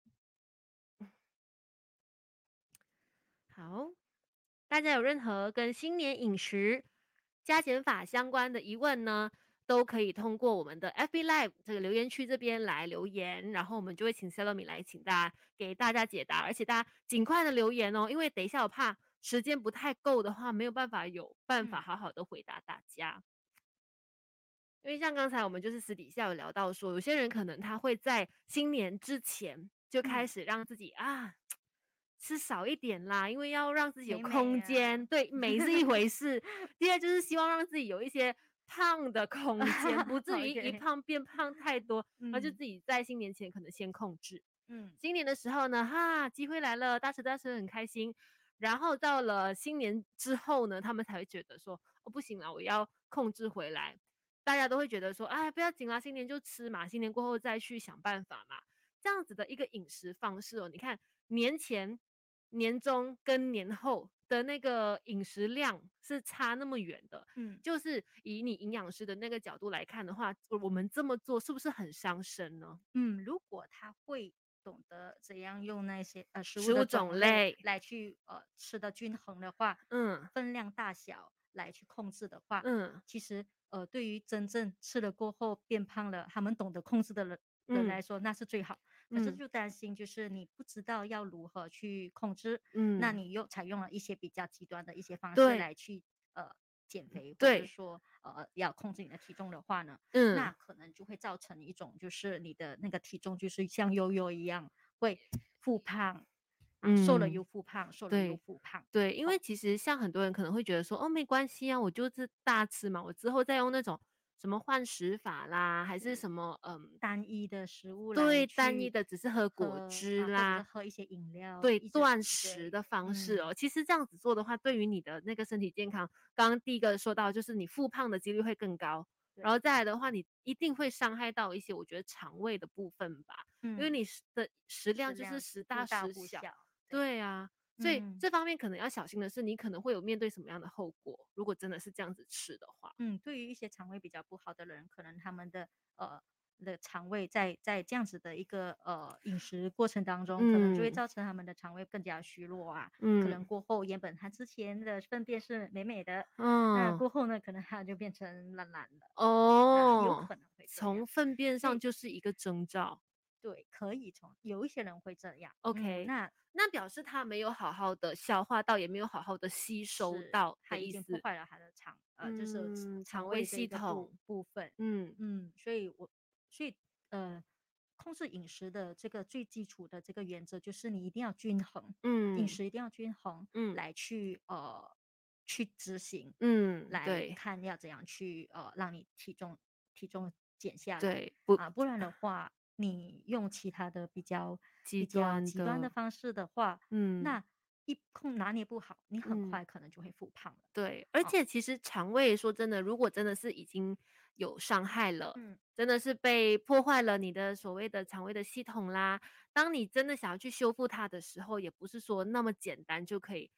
好，大家有任何跟新年饮食、加减法相关的疑问呢，都可以通过我们的 FB Live 这个留言区这边来留言，然后我们就会请 s e l m i 来请大家给大家解答，而且大家尽快的留言哦，因为等一下我怕时间不太够的话，没有办法嗯好好的回答大家。因为像刚才我们就是私底下有聊到说，有些人可能他会在新年之前就开嗯， 始让自己吃少一点啦，因为要让自己有美美空间。 啊， 对，美是一回事，第二就是希望让自己有一些胖的空间，不至于一 ，OK， 胖变胖太多，然后就嗯自己在新年前可能先控制。 嗯新年的时候呢，机会来了，大吃大吃很开心。然后到了新年之后呢，他们才会觉得说，哦，不行了，我要控制回来。大家都会觉得说，哎，不要紧啦，新年就吃嘛，新年过后再去想办法嘛。这样子的一个饮食方式哦，你看年前、年中跟年后的那个饮食量是差那么远的。 嗯就是以你营养师的那个角度来看的话，我们这么做是不是很伤身呢？ 如果他会懂得怎样用那些食物的食物种种类类， 来去吃的均衡的话， 嗯分量大小来去控制的话， 嗯其实对于真正吃了过后变胖了，他们懂得控制的人嗯来说，那是最好。可是嗯就担心就是你不知道要如何去控制，那嗯， 你又采用了一些比较极端的一些方式对来去减肥，或者是对， 说要控制你的体重的话呢，那嗯可能就会造成一种就是你的那个体重就是像悠悠一样会复胖啊，瘦了又嗯， 复胖，瘦了又对。 复胖。 对，因为哦， 其实像很多人可能会觉得说，哦，没关系啊，我就是大吃嘛，我之后再用那种什么换食法啦，还是是什么， 单一的食物来对，单一去的只是喝果喝啊，或者是汁啦， 喝一些饮料， 对， 一直断食对， 的方式嗯哦。其实这样子做的话，对于你的那个身体健康，刚刚第一个说到就是你复胖的几率会更高，然对， 后再来的话，你一定会伤害到一些我觉得肠胃的部分吧，因为嗯， 你食量就是食量时大不大时小， 不小，对， 对啊。所以嗯。 这方面可能要小心的是，你可能会有面对什么样的后果，如果真的是这样子吃的话。 对于一些肠胃比较不好的人，可能他们呃的肠胃在这样子的一个饮食过程当中，可能就会嗯造成他们的肠胃更加虚弱啊。可嗯能过后原本他之前的粪便是美美的，那嗯， 过后呢，可能他就变成烂烂的啊，有哦， 可能会这样。 从粪便所以上就是一个征兆。 对，可以从有一些人会这样， OK， 那那表示他没有好好的消化到，也没有好好的吸收是到的他已意思。 经破坏了他的就是肠肠胃胃这一个系统， 部分。 嗯所以控制饮食的这个最基础的这个原则就是你一定要均衡，饮嗯食一定要均衡嗯来去执行， 嗯， 来对看要怎样去让你体重减下来对，不啊，不然的话，你用其他的极比较极端的端的， 方式的话， 嗯那拿捏不好，你很嗯。 快可能就会复胖了。 对，而哦， 且其实肠胃说真的，如果真的是已经有伤害了， 嗯， 真的是被破坏了你的所谓的肠胃的系统啦。当你真的想要去修复它的时候，也不是说那么简单就可以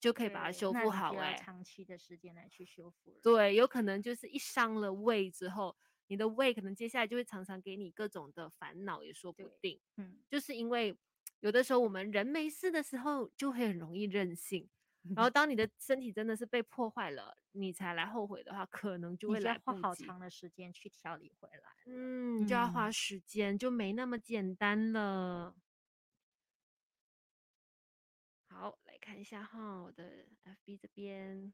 就可以把它对， 修复那你就好欸。 要长期的时间来去修复了。 对，有可能就是一伤了胃之后，你的胃可能接下来就会常常给你各种的烦恼也说不对， 定。 嗯。 就是因为有的时候我们人没事的时候就会很容易任性，然后当你的身体真的是被破坏了，你才来后悔的话，可能就会来你就要花不及。 好长的时间去调理回来了。 嗯，就要花嗯。 时间，就没那么简单了。好，来看一下哈，我的 FB 这边。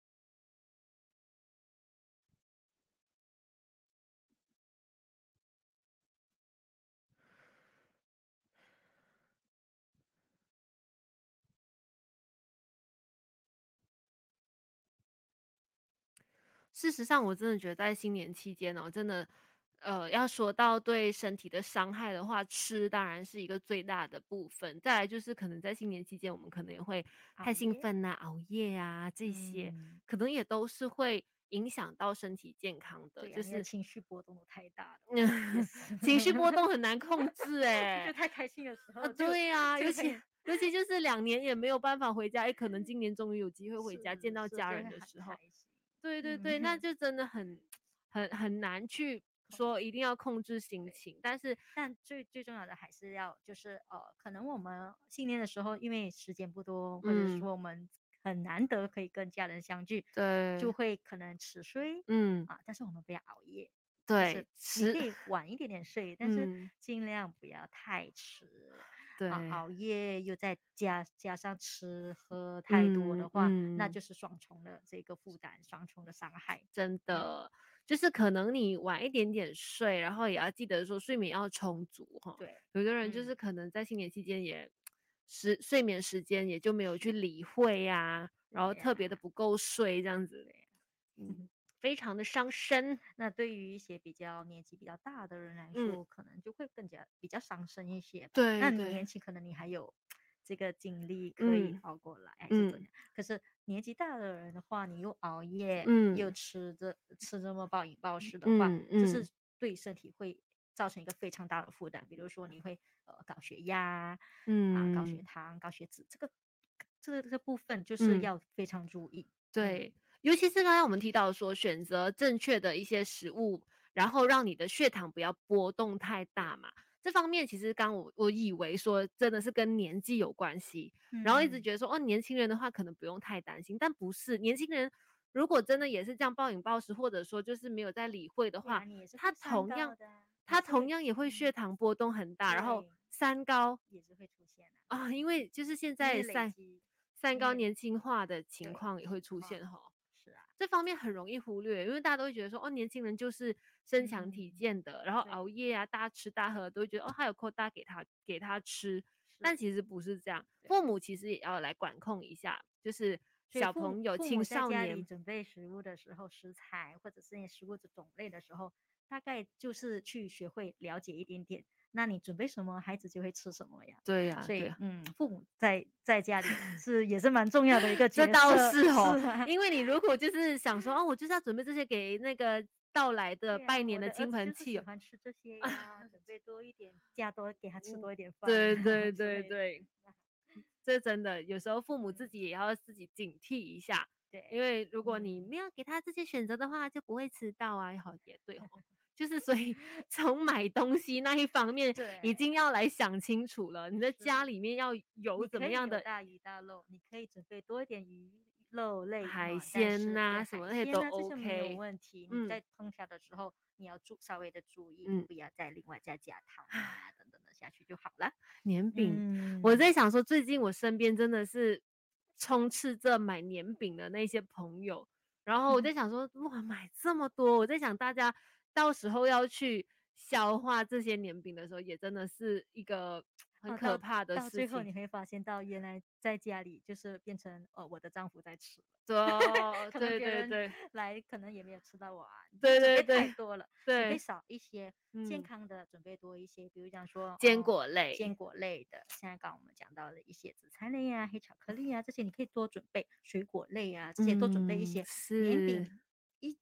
事实上，我真的觉得在新年期间哦，真的，要说到对身体的伤害的话，吃当然是一个最大的部分。再来就是可能在新年期间，我们可能也会太兴熬夜。 奋呐、熬夜啊这些， 嗯。 可能也都是会影响到身体健康的。 对呀、你的就是， 情绪波动都太大了。也嗯， 是。 情绪波动很难控制就哎。 太开心的时啊， 候就对呀，尤其就会尤其就是2年也没有办法回家，哎，可能今年终于有机会回家见是是到家人就会很的时候， 开心。 对对对，那嗯。 就真的很难去控制。 说一定要控制心对。 情，但是但最重要的还是要就是可能我们新年的时候，因为时间不多，或者嗯， 说我们很难得可以跟家人相聚，就对， 会可能迟睡嗯， 但是我们不要熬夜，就是对， 你可以晚一点点睡，但是嗯， 尽量不要太迟对， 熬夜又再加上吃喝太多嗯的话，那嗯。 就是双重的这个负担，双重的伤害。 真嗯。 的，就是可能你晚一点点睡，然后也要记得说睡眠要充足哈。 对。 有的人就嗯。 是可能在新年期间也睡眠时间也就没有去是。 理会呀，然后对呀。 特别的不够睡这样子， 对呀。 嗯，非常的伤身。 那对于一些比较年纪比较大的人来嗯， 说，可能就会更加比较伤身一些吧。那对对， 你年轻，可能你还有这个精力可以嗯熬过来，还是怎嗯样？可是年纪大的人的话，你又熬夜，又嗯吃这么暴饮暴食的话，这是嗯嗯对身体会造成一个非常大的负担。比如说你会高血压高血嗯， 糖、高血脂，这个部分就是嗯。 要非常注意。 对， 嗯。 尤其是刚刚我们提到说选择正确的一些食物，然后让你的血糖不要波动太大嘛。这方面其实我以为说真的是跟年纪有关系，然后一直嗯。 觉得说哦，年轻人的话可能不用太担心，但不是，年轻人如果真的也是这样暴饮暴食，或者说就是没有在理会的话， 对啊，你也是他会三同样高的啊，你也他是会。 同样也会血糖波动很大，然后对， 三高也是会出现的。 因为就是现因为在累积。 三高因为年轻化的情对况也会出情况。 现哈。 是啊。 这方面很容易忽略，因为大家都会觉得说，哦，年轻人就是身强体嗯。 健的，然后对。 熬夜啊、大吃大喝，都会觉得哦，他有扣大给他吃，但是。 其实不是这样， 对。 父母其实也要来管控一下，就是小所以父朋友、青父母在家里少年， 准备食物的时候，食材或者是那食物的种类的时候，大概就是去学会了解一点点。那你准备什么，孩子就会吃什么呀。 对呀、 所以， 对呀、 父母在家里也是蛮重要的一个这倒角色， 是哦， 是吗？ 因为你如果就是想说，哦，我就是要准备这些给那个到来的对呀， 拜年的亲我的儿子就是喜朋戚友， 欢吃这些呀，准备多一点，多给他吃嗯， 多一点饭对啊对之类的。 对对。这真的，有时候父母嗯。 自己也要自己警惕一下，因对。 为如果你嗯。 没有给他这些选择的话，就不会迟到啊。好，也对哦，就是所以从买东西那一方面已对。 经要来想清楚了，你的家是。 里面要有你可以怎么样的有大鱼大肉，你可以准备多一点肉类海但是对鲜呐、什么那些都海鲜呢，这些没有 OK。 问题。你嗯在烹调的时候，你要稍微的注意， 嗯， 不要再另外再加糖等等的下去就好了。 年饼，我嗯。 在想说，最近我身边真的是充斥着买年饼的那些朋友，然后我在想说，哇，买这么多，我在想大家到时候要去消化这些年饼的时候，也真的是一个很哦，到可怕的到最后事情。 你会发现到原来在家里就是变成我的丈夫在吃了。 对哦， 可能对别人对对来可能也没有吃到完，就对准备对对太多了，准备对， 少一些，健嗯， 康的准备多一些。比如讲说坚果类， 坚果类的，现在刚刚我们讲到的一些紫菜类啊、黑巧克力啊这些，你可以多准备水果类啊，这些多准备一嗯， 些。年是， 饼一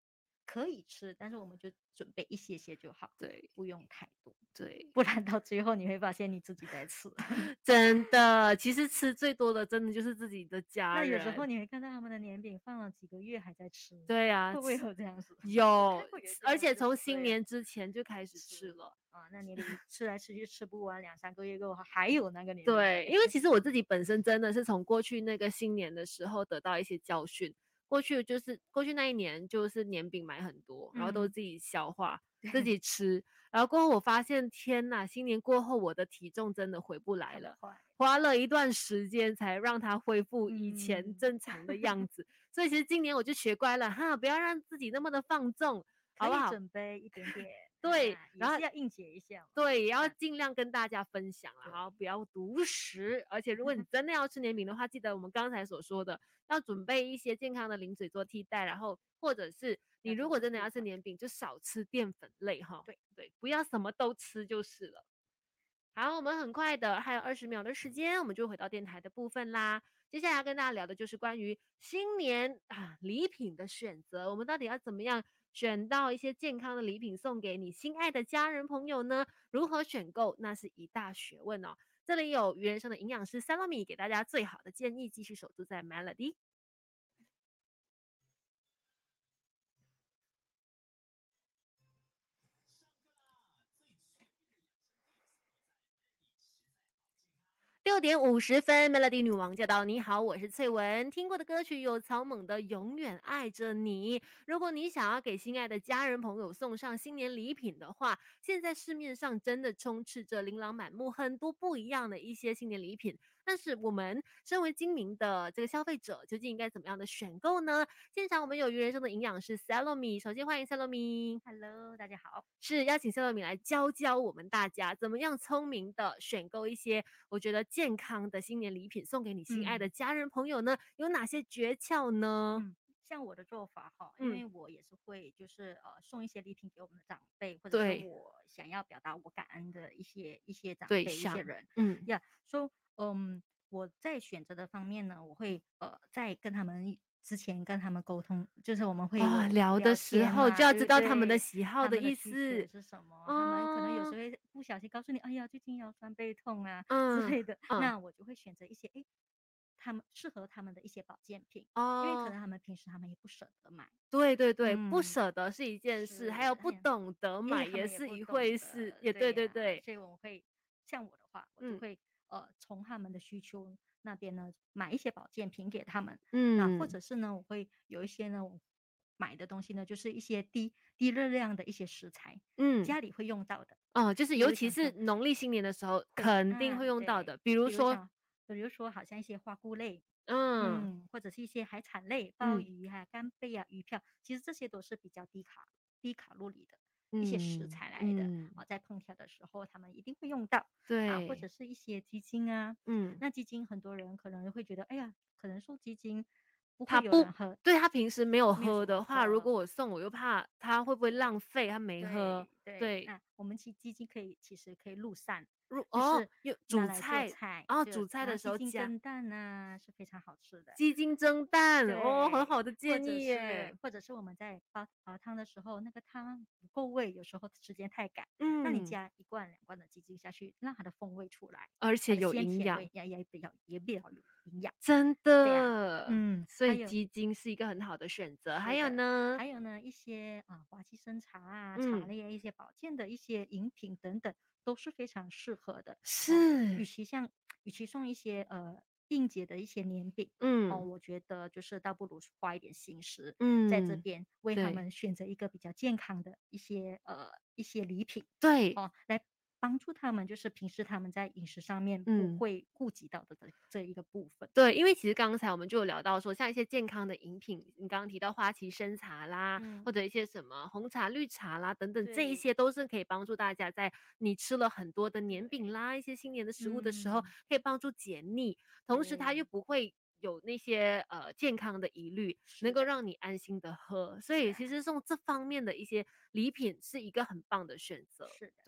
可以吃，但是我们就准备一些些就好， 对不用太多， 对。 不然到最后你会发现你自己在吃。 真的，其实吃最多的真的就是自己的家那有时候人。 你会看到他们的年饼放了几个月还在吃， 对啊， 会不会有这样子？我看有， 过有一些而人就且从新是这样年之前就开始吃吃了。 啊，那年饼吃来吃去吃不完，2、3个月过后还有那个年饼在。 对，因为其实我自己本身真的是从过去那个新年的时候得到一些教训。过去那一年就是年饼买很多，然后都嗯， 自己消化、自对， 己吃，然后过后我发现天呐，新年过后我的体重真的回不来了， 很快， 花了一段时间才让它恢复以前嗯， 正常的样子。所以其实今年我就学乖了哈，不要让自己那么的放纵，好可以不好？ 准备一点点对， 啊，也然后是要应节一下嘛。 对，也要啊， 尽量跟大家分享了， 对， 好，不要独食。而且如果你真的要吃年饼的话，记得我们刚才所说的，要准备一些健康的零嘴做替代，然后或者是你要准备如果真的要素饭， 吃年饼，就少吃淀粉类哈。 对， 对，不要什么都吃就是了。好，我们很快的，还有20秒的时间，我们就回到电台的部分啦。接下来要跟大家聊的就是关于新年礼品的选择，我们到底要怎么样选到一些健康的礼品送给你心爱的家人朋友呢？如何选购，那是一大学问哦。这里有鱼人生的营养师 Salami 给大家最好的建议，继续守住在 Melody。6点50分，Melody 女王驾到！你好，我是翠文。听过的歌曲有草蜢的《永远爱着你》。如果你想要给心爱的家人朋友送上新年礼品的话，现在市面上真的充斥着琳琅满目很多不一样的一些新年礼品。但是我们身为精明的这个消费者，究竟应该怎么样的选购呢？现场我们有鱼人生的营养师 Salome，首先欢迎 Salome。 Hello，大家好。 是邀请 Salome 来教我们大家，怎么样聪明的选购一些我觉得健康的新年礼品，送给你心爱的嗯家人朋友呢？有哪些诀窍呢？ 嗯，像我的做法哈，因嗯， 为我也是会就是送一些礼品给我们的长辈，或者是对， 我想要表达我感恩的一些长辈一些对象， 人嗯， 呀。说我在选择的方面呢，我会在跟他们之前跟他们沟通，就是我们会哦， 有聊的聊时候就天嘛，对要知道他们的不对？ 喜好的意他们的需求思。 是什么？他们可能有时哦， 候会不小心告诉你，哎呀，最近腰酸背痛啊之嗯类的， 嗯， 那我就会选择一些他们适合他们的一些保健品。因为可哦， 能他们平时他们也不舍得买， 对对对，不嗯， 舍得是一件事，还有是，哎不呀， 懂得因为买也他们也不是一回事， 懂得， 也对对呀， 对对， 所以我会像我的话，我就嗯会从他们的需求那边呢买一些保健品给他们，那或嗯者是呢，我会有一些呢，我买的东西呢，就是一些低热量的一些食材， 嗯。 家里会用到的， 哦，就是比尤其如像是农历新年的时候，肯定会用到对， 的，比如说， 比如像比如说好像一些花菇类， 嗯或者是一些海产类，鲍嗯鱼啊、干贝啊、鱼票，其实这些都是比较低卡路里的一些食嗯材来的嗯， 啊，在烹调的时候他们一定会用到啊，或者对， 是一些鸡精啊。 嗯， 那鸡精很多人可能会觉得，哎呀，可能说鸡精不会有他不人喝， 对，他平时没有没有什么喝的话，如喝， 果我送，我又怕他会不会浪费，他没喝， 对对， 对， 那我们鸡精其实可以入散， 哦， 就是有拿来做煮菜， 菜， 然后就煮菜的时拿鸡候加精蒸蛋啊，是非常好吃的。 鸡精蒸蛋，哦，很好对， 的建议耶， 或者是我们在煲汤的时候，那个汤不够味，有时候时间太赶，那你嗯， 加1罐2罐的鸡精下去，让它的风味出来， 而且有它的鲜营养。 甜味也比较有营养。 真对呀， 的，所以还有鸡精是一个很好的选择。还是的， 有呢， 还有呢，一些花旗参茶啊、茶嗯， 类啊、一些保健的一些饮品等等，都是非常适合的哦。 是， 与其送一些应节的一些年饼哦， 嗯我觉得就是倒不如花一点心思在这嗯， 边为他对们选择一个比较健康的一些礼品对， 哦，来帮助他们，就是平时他们在饮食上面不嗯。 会顾及到的这一个部分。 对，因为其实刚才我们就有聊到说，像一些健康的饮品，你刚刚提到花旗参茶啦，或嗯， 者一些什么红茶、绿茶啦等等，这一对些都是可以帮助大家在你吃了很多的年饼对， 啦，一些新年的食物的时候， 嗯。 可以帮助解腻，同时它又对， 不会有那些健康的疑虑，能够是的， 让你安心的喝。所对啊， 以其实送这方面的一些礼品是一个很棒的选择。 是的。 对，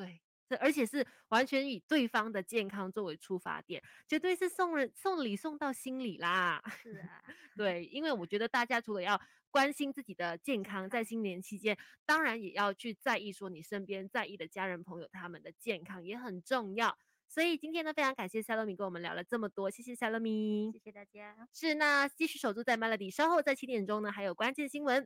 这而且是完全以对方的健康作为出发点，绝对是送礼送到心里啦。 是啊， 对，因为我觉得大家除了要关心自己的健康，在健康， 新年期间，当然也要去在意说你身边在意的家人朋友他们的健康也很重要。所以今天呢，非常感谢 Salome 跟我们聊了这么多，谢谢 Salome。 谢谢大家。 是，那继续守住在 Melody，稍后在7点钟呢，还有关键新闻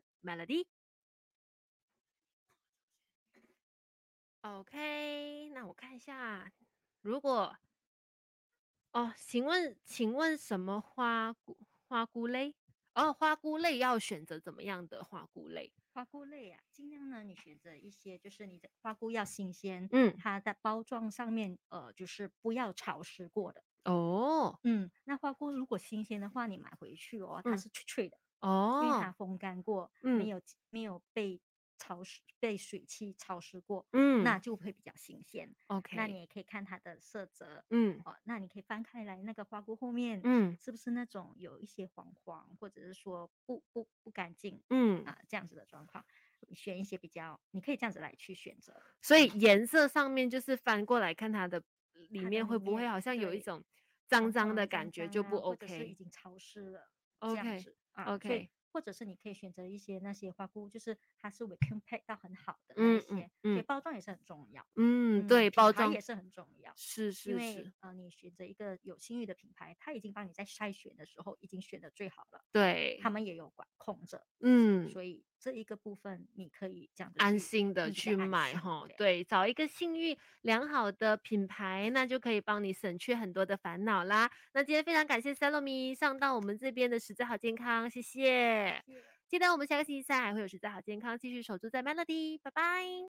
Melody。OK，那我看一下，如果哦，请问什么花菇类？哦，花菇类要选择怎么样的花菇类？ 花菇类啊，尽量呢，你选择一些就是你的花菇要新鲜， 嗯， 它的包装上面就是不要潮湿过的。 哦， 那花菇如果新鲜的话，你买回去哦，它嗯， 是脆脆的，因为哦， 它风干过，没嗯有没有被潮湿、被水汽潮湿过， 嗯那就会比较新鲜。那你 ，OK， 也可以看它的色泽， 嗯那你可以翻开来，那个花菇后面嗯是不是那种有一些黄黄，或者是说不干净嗯， 这样子的状况，你选一些比较，你可以这样子来去选择所以颜色上面就是翻过来看它的里它的面会不会里面， 好像有一对， 种脏脏的黄黄脏感觉就不脏啊，或者是已 OK。 经潮湿了这样 OK 子啊，所以 OK， 或者是你可以选择一些那些花菇，就是它是 vacuum pack 到很好的那一嗯嗯些，所以嗯包装也是很重要， 嗯，对， 品包装牌也是很重要， 是因为是是， 你选择一个有信誉的品牌，它已经帮你在筛选的时候已经选的最好了，他对， 们也有管控着， 嗯。 所以这一个部分你可以这样子安去， 心的去比较安心， 买哈， 对啊， 对，找一个信誉良好的品牌，那就可以帮你省去很多的烦恼啦。那今天非常感谢 Salome 上到我们这边的实在好健康，谢谢。 谢谢。 记得我们下个星期三还会有实在好健康继续守住在 Melody，拜拜。